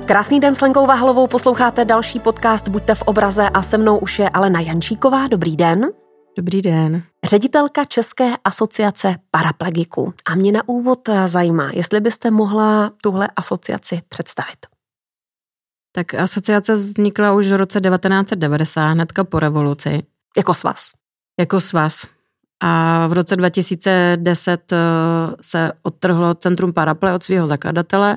Krásný den s Lenkou Váhalovou, posloucháte další podcast Buďte v obraze a se mnou už je Alena Jančíková. Dobrý den. Dobrý den. Ředitelka České asociace paraplegiků. A mě na úvod zajímá, jestli byste mohla tuhle asociaci představit. Tak asociace vznikla už v roce 1990, hnedka po revoluci. Jako svaz. Jako svaz. A v roce 2010 se odtrhlo Centrum Paraple od svého zakladatele,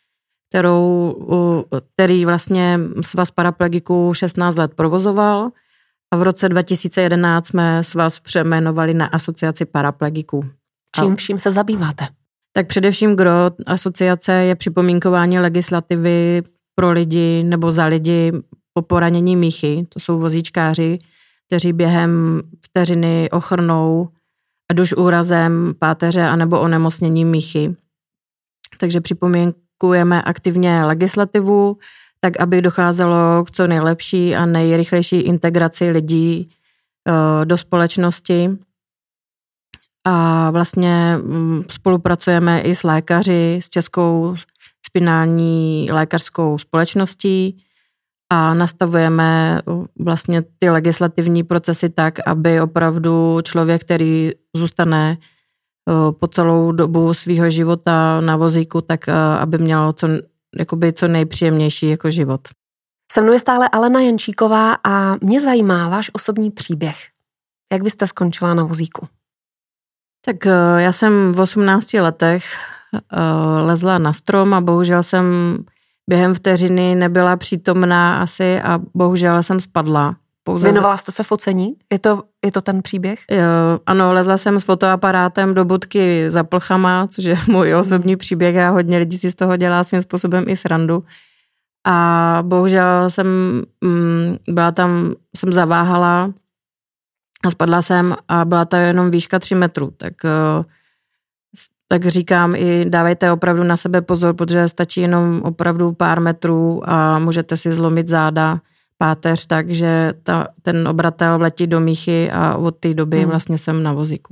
který vlastně svaz paraplegiků 16 let provozoval. A v roce 2011 jsme svaz přejmenovali na asociaci paraplegiků. Čím vším se zabýváte? Tak především gro asociace je připomínkování legislativy pro lidi nebo za lidi po poranění míchy. To jsou vozíčkáři, kteří během vteřiny ochrnou ať už úrazem páteře anebo onemocněním míchy. Takže připomínkujeme aktivně legislativu, tak aby docházelo k co nejlepší a nejrychlejší integraci lidí do společnosti. A vlastně spolupracujeme i s lékaři, s Českou spinální lékařskou společností a nastavujeme vlastně ty legislativní procesy tak, aby opravdu člověk, který zůstane po celou dobu svého života na vozíku, tak aby měl co nejpříjemnější jako život. Se mnou je stále Alena Jančíková a mě zajímá váš osobní příběh. Jak byste skončila na vozíku? Tak já jsem v 18 letech lezla na strom a bohužel jsem během vteřiny nebyla přítomná asi a bohužel jsem spadla. Věnovala jste se focení? Je to ten příběh? Ano, lezla jsem s fotoaparátem do budky za plchama, což je můj osobní příběh a hodně lidí si z toho dělá svým způsobem i srandu. A bohužel jsem zaváhala a spadla jsem a byla to jenom výška 3 metrů. Tak říkám i dávejte opravdu na sebe pozor, protože stačí jenom opravdu pár metrů a můžete si zlomit záda, páteř, takže ten obratel vletí do míchy a od té doby vlastně jsem na vozíku.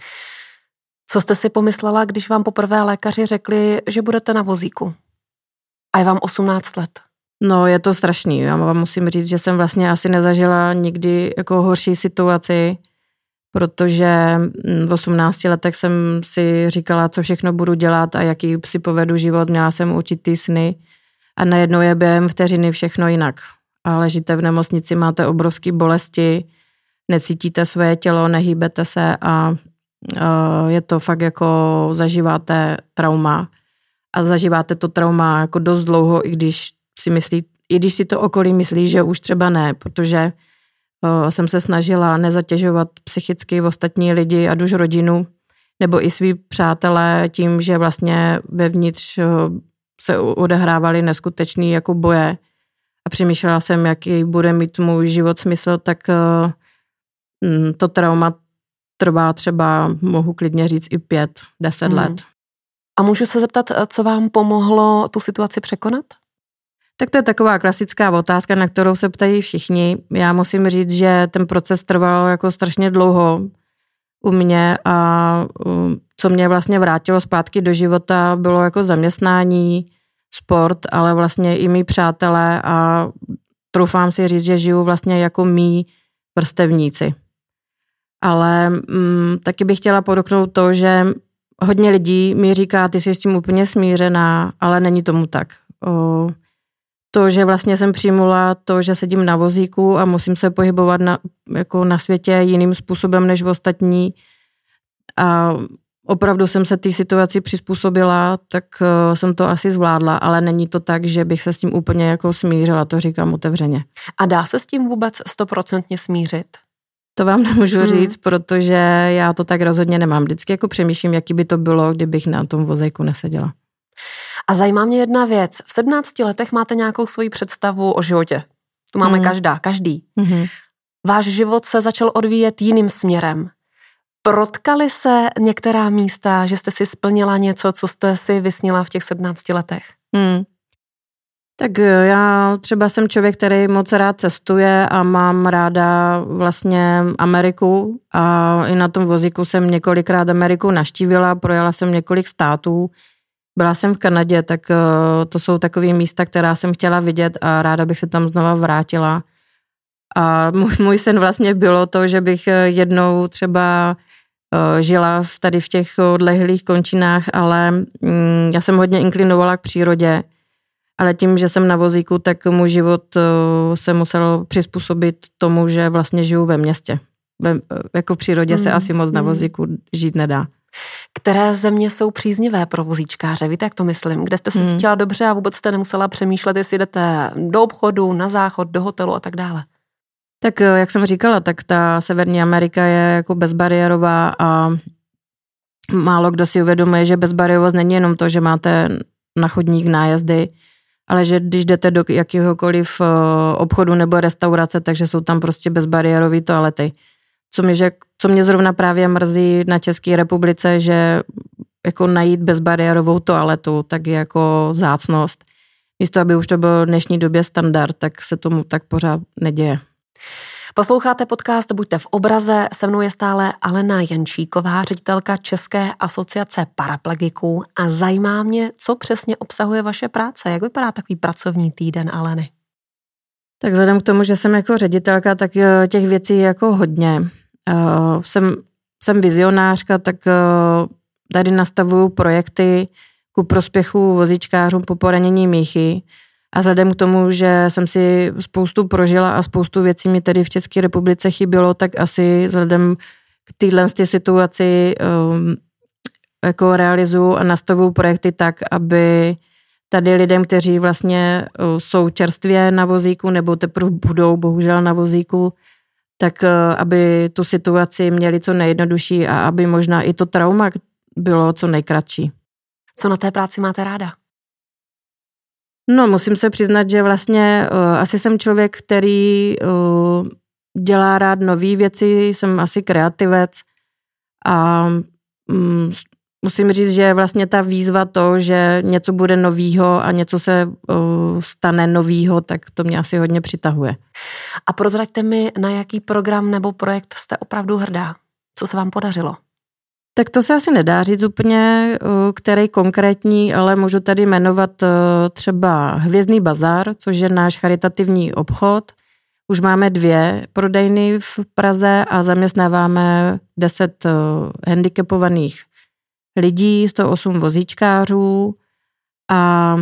Co jste si pomyslela, když vám poprvé lékaři řekli, že budete na vozíku? A je vám 18 let. No, je to strašný. Já vám musím říct, že jsem vlastně asi nezažila nikdy jako horší situaci, protože v 18 letech jsem si říkala, co všechno budu dělat a jaký si povedu život. Měla jsem určitý sny a najednou je během vteřiny všechno jinak. A ležíte v nemocnici, máte obrovské bolesti, necítíte svoje tělo, nehýbete se a je to fakt jako zažíváte trauma. A zažíváte to trauma jako dost dlouho, i když si to okolí myslí, že už třeba ne, protože jsem se snažila nezatěžovat psychicky ostatní lidi, ať už rodinu, nebo i svý přátelé tím, že vlastně vevnitř se odehrávaly neskutečný jako boje a přemýšlela jsem, jaký bude mít můj život smysl, tak to trauma trvá třeba, mohu klidně říct, i 5-10 let. A můžu se zeptat, co vám pomohlo tu situaci překonat? Tak to je taková klasická otázka, na kterou se ptají všichni. Já musím říct, že ten proces trval jako strašně dlouho u mě a co mě vlastně vrátilo zpátky do života, bylo jako zaměstnání, sport, ale vlastně i mý přátelé a troufám si říct, že žiju vlastně jako mý vrstevníci. Ale taky bych chtěla podotknout to, že hodně lidí mi říká, ty jsi s tím úplně smířená, ale není tomu tak. To, že vlastně jsem přijmula to, že sedím na vozíku a musím se pohybovat na světě jiným způsobem než ostatní a opravdu jsem se té situaci přizpůsobila, tak jsem to asi zvládla, ale není to tak, že bych se s tím úplně jako smířila, to říkám otevřeně. A dá se s tím vůbec 100% smířit? To vám nemůžu říct, protože já to tak rozhodně nemám. Vždycky jako přemýšlím, jaký by to bylo, kdybych na tom vozejku neseděla. A zajímá mě jedna věc. V 17 letech máte nějakou svoji představu o životě. To máme každý. Váš život se začal odvíjet jiným směrem. Protkali se některá místa, že jste si splnila něco, co jste si vysnila v těch 17 letech? Tak já třeba jsem člověk, který moc rád cestuje a mám ráda vlastně Ameriku a i na tom vozíku jsem několikrát Ameriku navštívila, projela jsem několik států. byla jsem v Kanadě, tak to jsou takové místa, která jsem chtěla vidět a ráda bych se tam znova vrátila. A můj sen vlastně bylo to, že bych jednou třeba žila tady v těch odlehlých končinách, ale já jsem hodně inklinovala k přírodě, ale tím, že jsem na vozíku, tak můj život se musel přizpůsobit tomu, že vlastně žiju ve městě. Jako v přírodě se asi moc na vozíku žít nedá. Které země jsou příznivé pro vozíčkáře? Víte, jak to myslím? Kde jste se cítila dobře a vůbec jste nemusela přemýšlet, jestli jdete do obchodu, na záchod, do hotelu a tak dále? Tak jak jsem říkala, tak ta Severní Amerika je jako bezbariérová a málo kdo si uvědomuje, že bezbariérovost není jenom to, že máte na chodník nájezdy, ale že když jdete do jakéhokoliv obchodu nebo restaurace, takže jsou tam prostě bezbariérové toalety. Co mě zrovna právě mrzí na České republice, že jako najít bezbariérovou toaletu, tak je jako vzácnost. Místo, aby už to byl v dnešní době standard, tak se tomu tak pořád neděje. Posloucháte podcast Buďte v obraze, se mnou je stále Alena Jančíková, ředitelka České asociace paraplegiků a zajímá mě, co přesně obsahuje vaše práce. Jak vypadá takový pracovní týden Aleny? Tak vzhledem k tomu, že jsem jako ředitelka, tak těch věcí je jako hodně. Jsem vizionářka, tak tady nastavuju projekty ku prospěchu vozíčkářům po poranění míchy. A vzhledem k tomu, že jsem si spoustu prožila a spoustu věcí mi tady v České republice chybělo, tak asi vzhledem k téhle situaci jako realizuju a nastavuju projekty tak, aby tady lidem, kteří vlastně jsou čerstvě na vozíku nebo teprve budou bohužel na vozíku, tak aby tu situaci měli co nejjednodušší a aby možná i to trauma bylo co nejkratší. Co na té práci máte ráda? No, musím se přiznat, že vlastně asi jsem člověk, který dělá rád nové věci, jsem asi kreativec a musím říct, že vlastně ta výzva to, že něco bude novýho a něco se stane novýho, tak to mě asi hodně přitahuje. A prozraďte mi, na jaký program nebo projekt jste opravdu hrdá? Co se vám podařilo? Tak to se asi nedá říct úplně, který konkrétní, ale můžu tady jmenovat třeba Hvězdný bazar, což je náš charitativní obchod. Už máme 2 prodejny v Praze a zaměstnáváme 10 handicapovaných lidí, 108 vozíčkářů a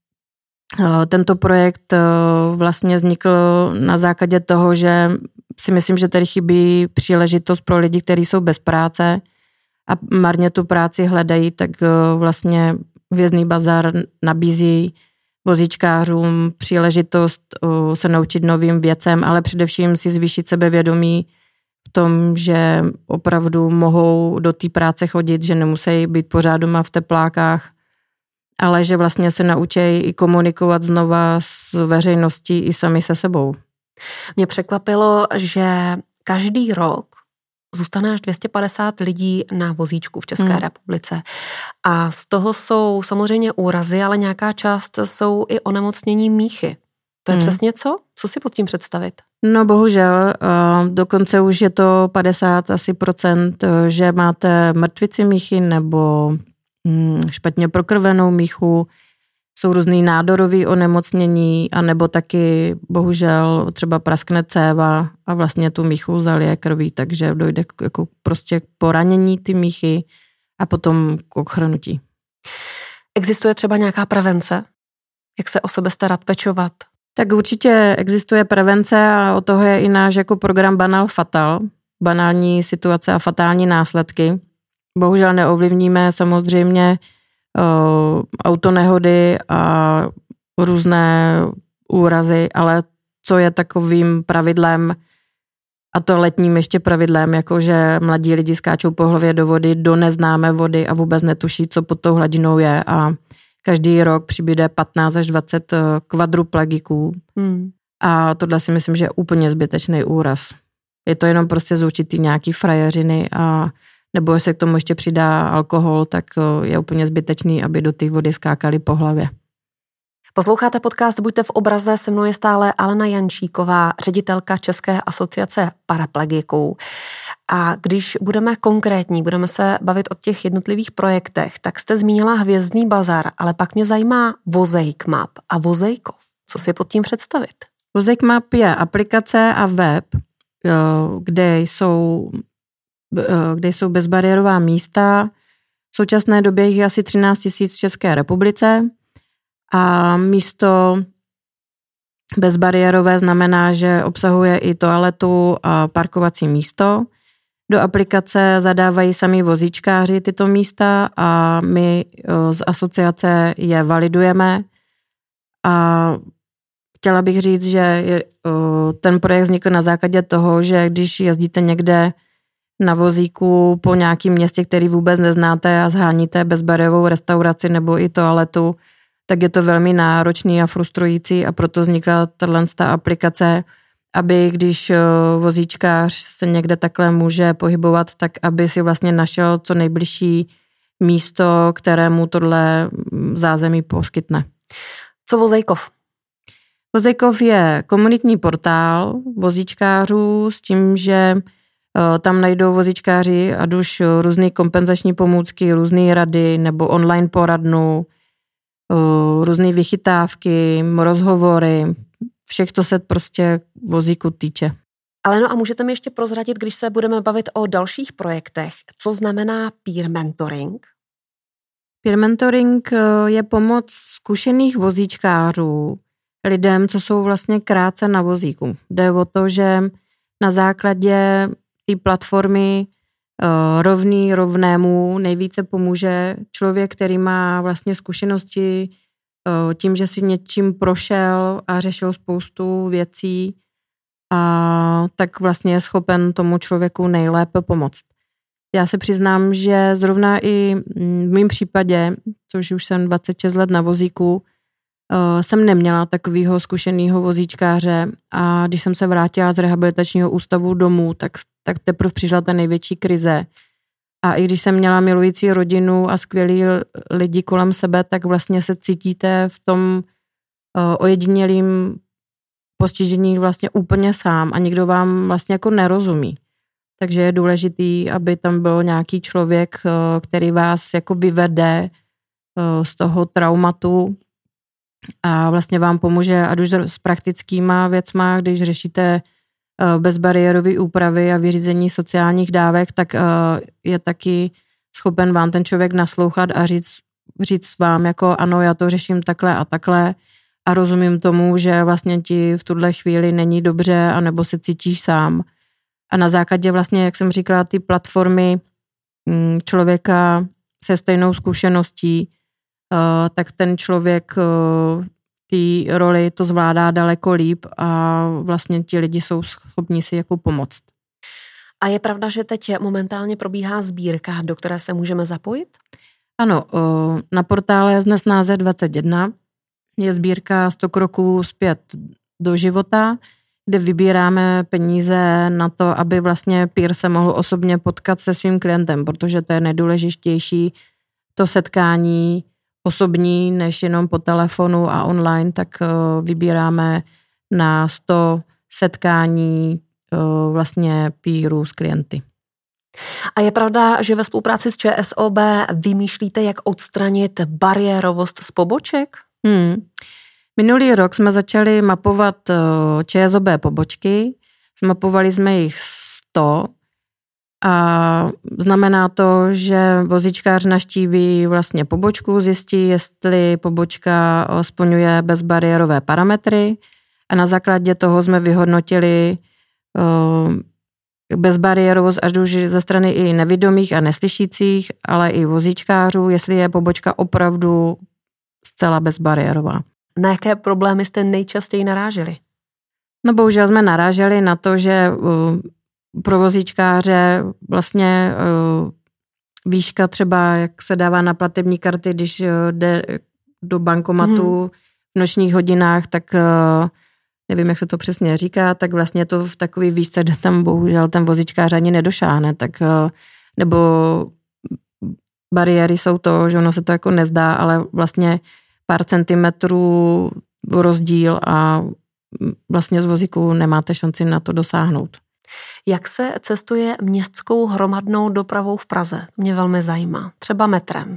tento projekt vlastně vznikl na základě toho, že si myslím, že tady chybí příležitost pro lidi, kteří jsou bez práce a marně tu práci hledají, tak vlastně Hvězdný bazar nabízí vozíčkářům příležitost se naučit novým věcem, ale především si zvýšit sebevědomí v tom, že opravdu mohou do té práce chodit, že nemusí být pořád doma v teplákách, ale že vlastně se naučí i komunikovat znova s veřejností i sami se sebou. Mě překvapilo, že každý rok zůstane až 250 lidí na vozíčku v České republice. A z toho jsou samozřejmě úrazy, ale nějaká část jsou i onemocnění míchy. To je přesně co? Co si pod tím představit? No bohužel, dokonce už je to 50% že máte mrtvici míchy nebo špatně prokrvenou míchu, jsou různý nádorové onemocnění, anebo taky bohužel třeba praskne céva a vlastně tu míchu zalije krví, takže dojde jako prostě k poranění ty míchy a potom k ochrnutí. Existuje třeba nějaká prevence? Jak se o sebe starat, pečovat? Tak určitě existuje prevence a od toho je i náš jako program Banal Fatal, banální situace a fatální následky. Bohužel neovlivníme samozřejmě autonehody a různé úrazy, ale co je takovým pravidlem, a to letním ještě pravidlem, jakože mladí lidi skáčou po hlavě do vody, do neznámé vody a vůbec netuší, co pod tou hladinou je a každý rok přibude 15 až 20 kvadruplegiků. A tohle si myslím, že je úplně zbytečný úraz. Je to jenom prostě z určitý nějaký frajeřiny a nebo se k tomu ještě přidá alkohol, tak je úplně zbytečný, aby do té vody skákali po hlavě. Posloucháte podcast Buďte v obraze, se mnou je stále Alena Jančíková, ředitelka České asociace paraplegiků. A když budeme konkrétní, budeme se bavit o těch jednotlivých projektech, tak jste zmínila Hvězdný bazar, ale pak mě zajímá Vozejk Map a Vozejkov. Co si pod tím představit? Vozejk Map je aplikace a web, kde jsou bezbariérová místa. V současné době jich je asi 13 000 v České republice a místo bezbariérové znamená, že obsahuje i toaletu a parkovací místo. Do aplikace zadávají sami vozíčkáři tyto místa a my z asociace je validujeme. A chtěla bych říct, že ten projekt vznikl na základě toho, že když jezdíte někde na vozíku po nějakém městě, který vůbec neznáte a zháníte bezbariérovou restauraci nebo i toaletu, tak je to velmi náročný a frustrující a proto vznikla tato aplikace, aby když vozíčkář se někde takhle může pohybovat, tak aby si vlastně našel co nejbližší místo, kterému tohle zázemí poskytne. Co Vozejkov? Vozejkov je komunitní portál vozíčkářů s tím, že tam najdou vozíčkáři ať už různé kompenzační pomůcky, různé rady nebo online poradnu, různé vychytávky, rozhovory, všech, co se prostě vozíku týče. Ale no a můžete mi ještě prozradit, když se budeme bavit o dalších projektech, co znamená peer mentoring? Peer mentoring je pomoc zkušených vozíčkářů lidem, co jsou vlastně krátce na vozíku. Jde o to, že na základě té platformy rovný rovnému nejvíce pomůže člověk, který má vlastně zkušenosti tím, že si něčím prošel a řešil spoustu věcí a tak vlastně je schopen tomu člověku nejlépe pomoct. Já se přiznám, že zrovna i v mém případě, což už jsem 26 let na vozíku, jsem neměla takového zkušeného vozíčkáře a když jsem se vrátila z rehabilitačního ústavu domů, tak teprve přišla ta největší krize. A i když jsem měla milující rodinu a skvělý lidi kolem sebe, tak vlastně se cítíte v tom ojedinělým postižení vlastně úplně sám a nikdo vám vlastně jako nerozumí. Takže je důležitý, aby tam byl nějaký člověk, který vás jako vyvede z toho traumatu a vlastně vám pomůže, ať už s praktickýma věcma, když řešíte bezbariérové úpravy a vyřízení sociálních dávek, tak je taky schopen vám ten člověk naslouchat a říct vám jako ano, já to řeším takhle a takhle a rozumím tomu, že vlastně ti v tuhle chvíli není dobře anebo se cítíš sám. A na základě vlastně, jak jsem říkala, ty platformy člověka se stejnou zkušeností, tak ten člověk té roli to zvládá daleko líp a vlastně ti lidi jsou schopni si jako pomoct. A je pravda, že teď momentálně probíhá sbírka, do které se můžeme zapojit? Ano, na portále Znesnáze 21 je sbírka 100 kroků zpět do života, kde vybíráme peníze na to, aby vlastně peer se mohl osobně potkat se svým klientem, protože to je nejdůležitější, to setkání osobní, než jenom po telefonu a online, tak vybíráme na 100 setkání vlastně peerů s klienty. A je pravda, že ve spolupráci s ČSOB vymýšlíte, jak odstranit bariérovost z poboček? Minulý rok jsme začali mapovat ČSOB pobočky, zmapovali jsme jich 100 a znamená to, že vozíčkář navštíví vlastně pobočku, zjistí, jestli pobočka splňuje bezbariérové parametry a na základě toho jsme vyhodnotili bezbariérovost až už ze strany i nevidomých a neslyšících, ale i vozíčkářů, jestli je pobočka opravdu zcela bezbariérová. Na jaké problémy jste nejčastěji naráželi? No bohužel jsme naráželi na to, že pro vozíčkáře vlastně výška třeba, jak se dává na platební karty, když jde do bankomatu v nočních hodinách, tak nevím, jak se to přesně říká, tak vlastně to v takový výšce, kde tam bohužel ten vozíčkář ani nedošáhne, tak nebo bariéry jsou to, že ono se to jako nezdá, ale vlastně pár centimetrů rozdíl a vlastně z vozíku nemáte šanci na to dosáhnout. Jak se cestuje městskou hromadnou dopravou v Praze? Mě velmi zajímá. Třeba metrem.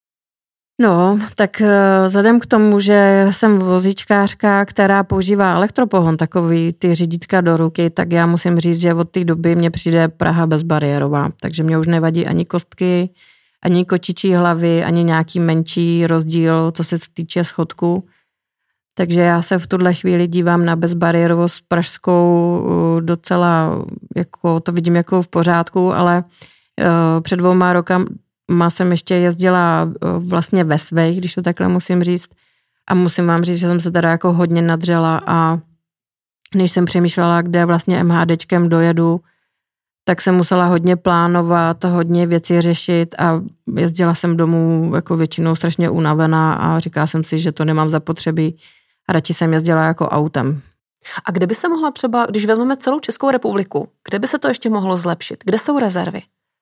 No, tak vzhledem k tomu, že jsem vozíčkářka, která používá elektropohon, takový ty řídítka do ruky, tak já musím říct, že od té doby mně přijde Praha bezbariérová. Takže mě už nevadí ani kostky, ani kočičí hlavy, ani nějaký menší rozdíl, co se týče schodku. Takže já se v tuhle chvíli dívám na bezbariérovost pražskou docela, jako to vidím jako v pořádku, ale před 2 rokama jsem ještě jezdila vlastně ve svých, když to takhle musím říct. A musím vám říct, že jsem se teda jako hodně nadřela a než jsem přemýšlela, kde vlastně MHDčkem dojedu, tak jsem musela hodně plánovat, hodně věcí řešit a jezdila jsem domů jako většinou strašně unavená a říkala jsem si, že to nemám zapotřebí a radši jsem jezdila jako autem. A kde by se mohla třeba, když vezmeme celou Českou republiku, kde by se to ještě mohlo zlepšit? Kde jsou rezervy?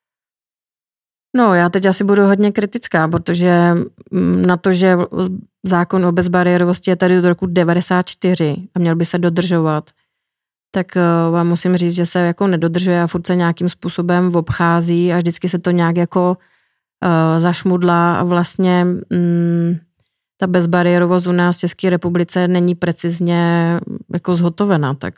No, já teď asi budu hodně kritická, protože na to, že zákon o bezbariérovosti je tady od roku 1994 a měl by se dodržovat, tak vám musím říct, že se jako nedodržuje a furt se nějakým způsobem obchází a vždycky se to nějak jako zašmudlá a vlastně ta bezbariérovost u nás v České republice není precizně jako zhotovena. Tak,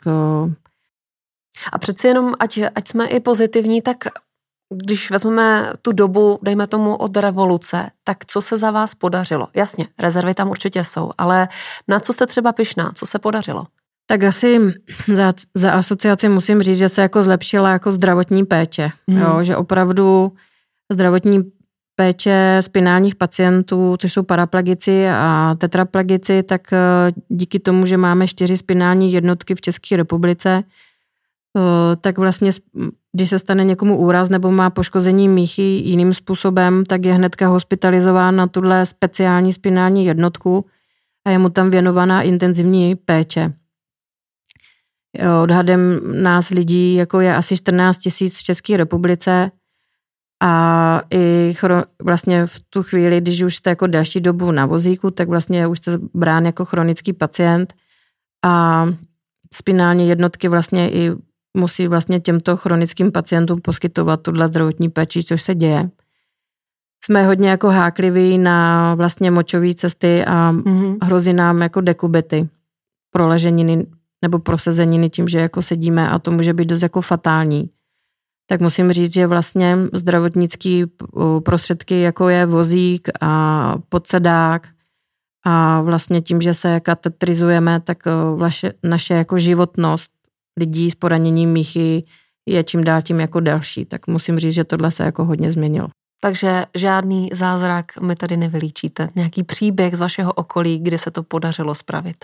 A přeci jenom, ať jsme i pozitivní, tak když vezmeme tu dobu, dejme tomu od revoluce, tak co se za vás podařilo? Jasně, rezervy tam určitě jsou, ale na co jste třeba pyšná? Co se podařilo? Tak asi za asociaci musím říct, že se jako zlepšila jako zdravotní péče. Jo, že opravdu zdravotní péče spinálních pacientů, což jsou paraplegici a tetraplegici, tak díky tomu, že máme 4 spinální jednotky v České republice, tak vlastně, když se stane někomu úraz nebo má poškození míchy jiným způsobem, tak je hnedka hospitalizován na tuhle speciální spinální jednotku a je mu tam věnovaná intenzivní péče. Odhadem nás lidí jako je asi 14 000 v České republice a i vlastně v tu chvíli, když už jste jako další dobu na vozíku, tak vlastně už jste brán jako chronický pacient a spinální jednotky vlastně i musí vlastně těmto chronickým pacientům poskytovat tuhle zdravotní péči, což se děje. Jsme hodně jako hákliví na vlastně močové cesty a hrozí nám jako dekubity, proleženiny nebo prosezeniny tím, že jako sedíme a to může být dost jako fatální. Tak musím říct, že vlastně zdravotnický prostředky, jako je vozík a podsedák a vlastně tím, že se katetrizujeme, tak naše jako životnost lidí s poraněním míchy je čím dál tím jako delší. Tak musím říct, že tohle se jako hodně změnilo. Takže žádný zázrak mi tady nevylíčíte. Nějaký příběh z vašeho okolí, kdy se to podařilo spravit?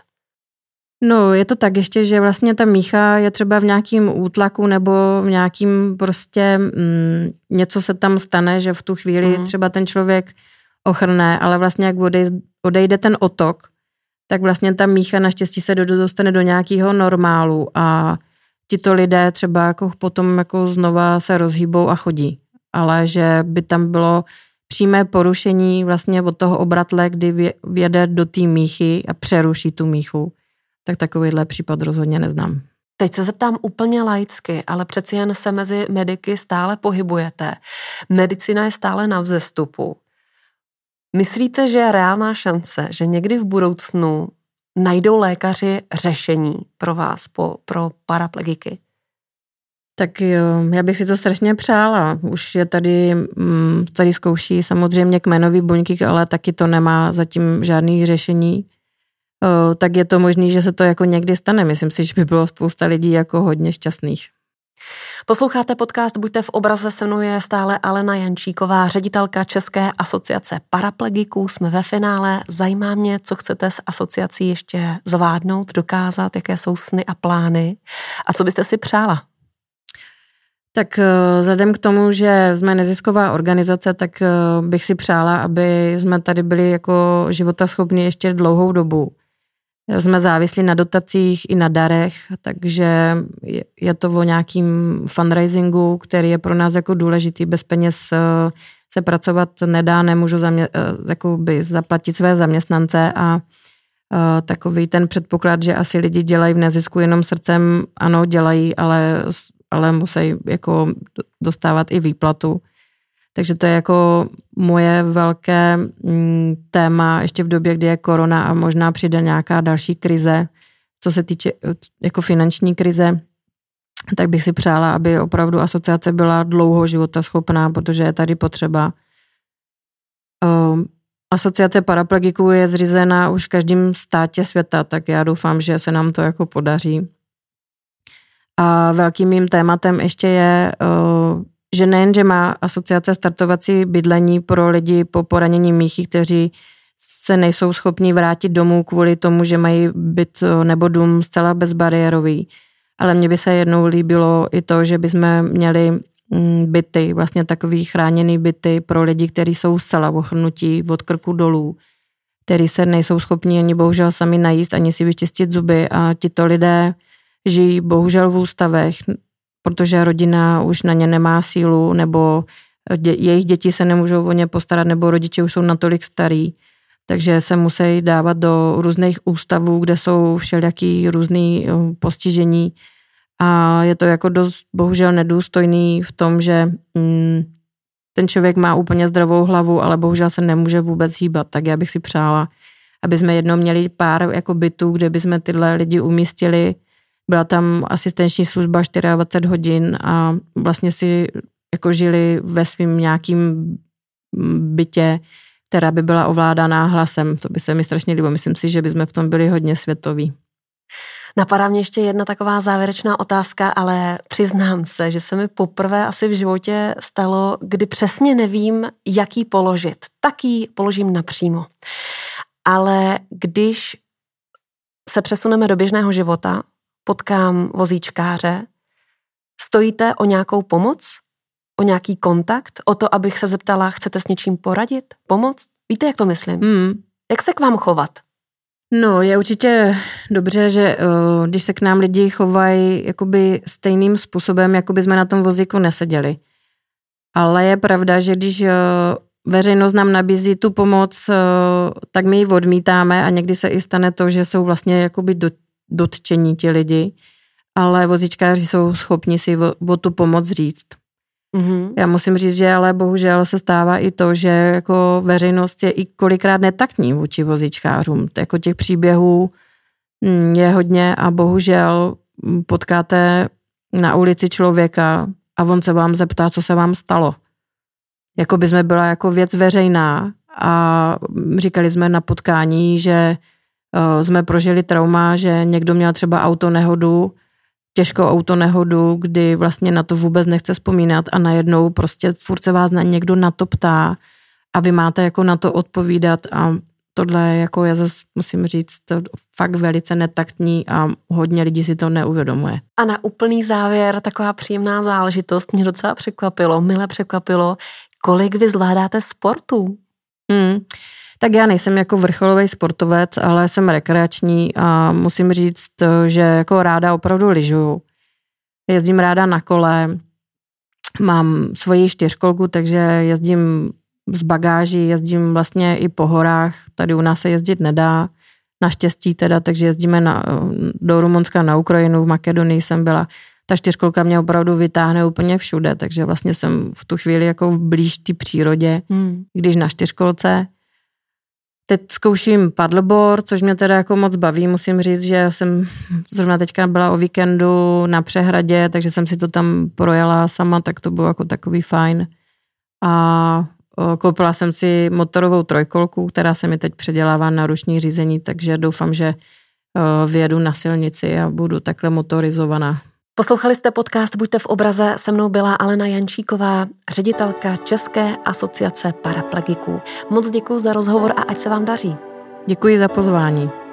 No, je to tak ještě, že vlastně ta mícha je třeba v nějakým útlaku nebo v nějakým prostě něco se tam stane, že v tu chvíli třeba ten člověk ochrne, ale vlastně jak odejde ten otok, tak vlastně ta mícha naštěstí se dostane do nějakého normálu a tito lidé třeba jako potom jako znova se rozhýbou a chodí. Ale že by tam bylo přímé porušení vlastně od toho obratle, kdy vjede do té míchy a přeruší tu míchu, tak takovýhle případ rozhodně neznám. Teď se zeptám úplně laicky, ale přeci jen se mezi mediky stále pohybujete. Medicína je stále na vzestupu. Myslíte, že je reálná šance, že někdy v budoucnu najdou lékaři řešení pro vás, pro paraplegiky? Tak jo, já bych si to strašně přála. Už je tady zkouší samozřejmě kmenové buňky, ale taky to nemá zatím žádný řešení. Tak je to možné, že se to jako někdy stane. Myslím si, že by bylo spousta lidí jako hodně šťastných. Posloucháte podcast Buďte v obraze, se mnou je stále Alena Jančíková, ředitelka České asociace paraplegiků. Jsme ve finále. Zajímá mě, co chcete s asociací ještě zvládnout, dokázat, jaké jsou sny a plány a co byste si přála? Tak vzhledem k tomu, že jsme nezisková organizace, tak bych si přála, aby jsme tady byli jako životaschopní ještě dlouhou dobu. Jsme závislí na dotacích i na darech, takže je to o nějakým fundraisingu, který je pro nás jako důležitý. Bez peněz se pracovat nedá, nemůžu zaplatit své zaměstnance a takový ten předpoklad, že asi lidi dělají v nezisku jenom srdcem, ano, dělají, ale musí jako dostávat i výplatu. Takže to je jako moje velké téma ještě v době, kdy je korona a možná přijde nějaká další krize, co se týče jako finanční krize, tak bych si přála, aby opravdu asociace byla dlouho životaschopná, protože je tady potřeba. Asociace paraplegiků je zřízená už v každém státě světa, tak já doufám, že se nám to jako podaří. A velkým mým tématem ještě je, že nejen, že má asociace startovací bydlení pro lidi po poranění míchy, kteří se nejsou schopni vrátit domů kvůli tomu, že mají byt nebo dům zcela bezbariérový. Ale mně by se jednou líbilo i to, že bychom měli byty, vlastně takový chráněný byty pro lidi, kteří jsou zcela ochrnutí od krku dolů, kteří se nejsou schopni ani bohužel sami najíst, ani si vyčistit zuby a tito lidé žijí bohužel v ústavech, protože rodina už na ně nemá sílu, nebo jejich děti se nemůžou o ně postarat, nebo rodiče už jsou natolik starí, takže se musí dávat do různých ústavů, kde jsou všelijaký různý postižení a je to jako dost bohužel nedůstojný v tom, že ten člověk má úplně zdravou hlavu, ale bohužel se nemůže vůbec hýbat, tak já bych si přála, aby jsme jednou měli pár jako bytů, kde bychom tyhle lidi umístili. Byla tam asistenční služba 24 hodin a vlastně si jako žili ve svým nějakým bytě, která by byla ovládaná hlasem. To by se mi strašně líbilo. Myslím si, že bychom v tom byli hodně světoví. Napadá mě ještě jedna taková závěrečná otázka, ale přiznám se, že se mi poprvé asi v životě stalo, kdy přesně nevím, jak ji položit. Tak ji položím napřímo. Ale když se přesuneme do běžného života, potkám vozíčkáře, stojíte o nějakou pomoc? O nějaký kontakt? O to, abych se zeptala, chcete s něčím poradit? Pomoct? Víte, jak to myslím? Jak se k vám chovat? No, je určitě dobře, že když se k nám lidi chovají jakoby stejným způsobem, jako by jsme na tom vozíku neseděli. Ale je pravda, že když veřejnost nám nabízí tu pomoc, tak my ji odmítáme a někdy se i stane to, že jsou vlastně jakoby dotčení ti lidi, ale vozíčkáři jsou schopni si o tu pomoc říct. Mm-hmm. Já musím říct, že ale bohužel se stává i to, že jako veřejnost je i kolikrát netaktní vůči vozíčkářům. Jako těch příběhů je hodně a bohužel potkáte na ulici člověka a on se vám zeptá, co se vám stalo. Jako by jsme byla jako věc veřejná a říkali jsme na potkání, že jsme prožili trauma, že někdo měl třeba autonehodu, těžkou autonehodu, kdy vlastně na to vůbec nechce vzpomínat a najednou prostě furt se vás někdo na to ptá a vy máte jako na to odpovídat a tohle jako já zase musím říct to fakt velice netaktní a hodně lidí si to neuvědomuje. A na úplný závěr taková příjemná záležitost mě docela překvapilo, mile překvapilo, kolik vy zvládáte sportů? Tak já nejsem jako vrcholový sportovec, ale jsem rekreační a musím říct, že jako ráda opravdu lyžuju. Jezdím ráda na kole, mám svoji 4kolku, takže jezdím z bagáží, jezdím vlastně i po horách, tady u nás se jezdit nedá, naštěstí teda, takže jezdíme do Rumunska, na Ukrajinu, v Makedonii jsem byla. Ta 4kolka mě opravdu vytáhne úplně všude, takže vlastně jsem v tu chvíli jako blíž té přírodě, když na 4kolce. Teď zkouším paddleboard, což mě teda jako moc baví, musím říct, že jsem zrovna teďka byla o víkendu na Přehradě, takže jsem si to tam projela sama, tak to bylo jako takový fajn. A koupila jsem si motorovou 3kolku, která se mi teď předělává na ruční řízení, takže doufám, že vyjedu na silnici a budu takhle motorizovaná. Poslouchali jste podcast Buďte v obraze, se mnou byla Alena Jančíková, ředitelka České asociace paraplegiků. Moc děkuji za rozhovor a ať se vám daří. Děkuji za pozvání.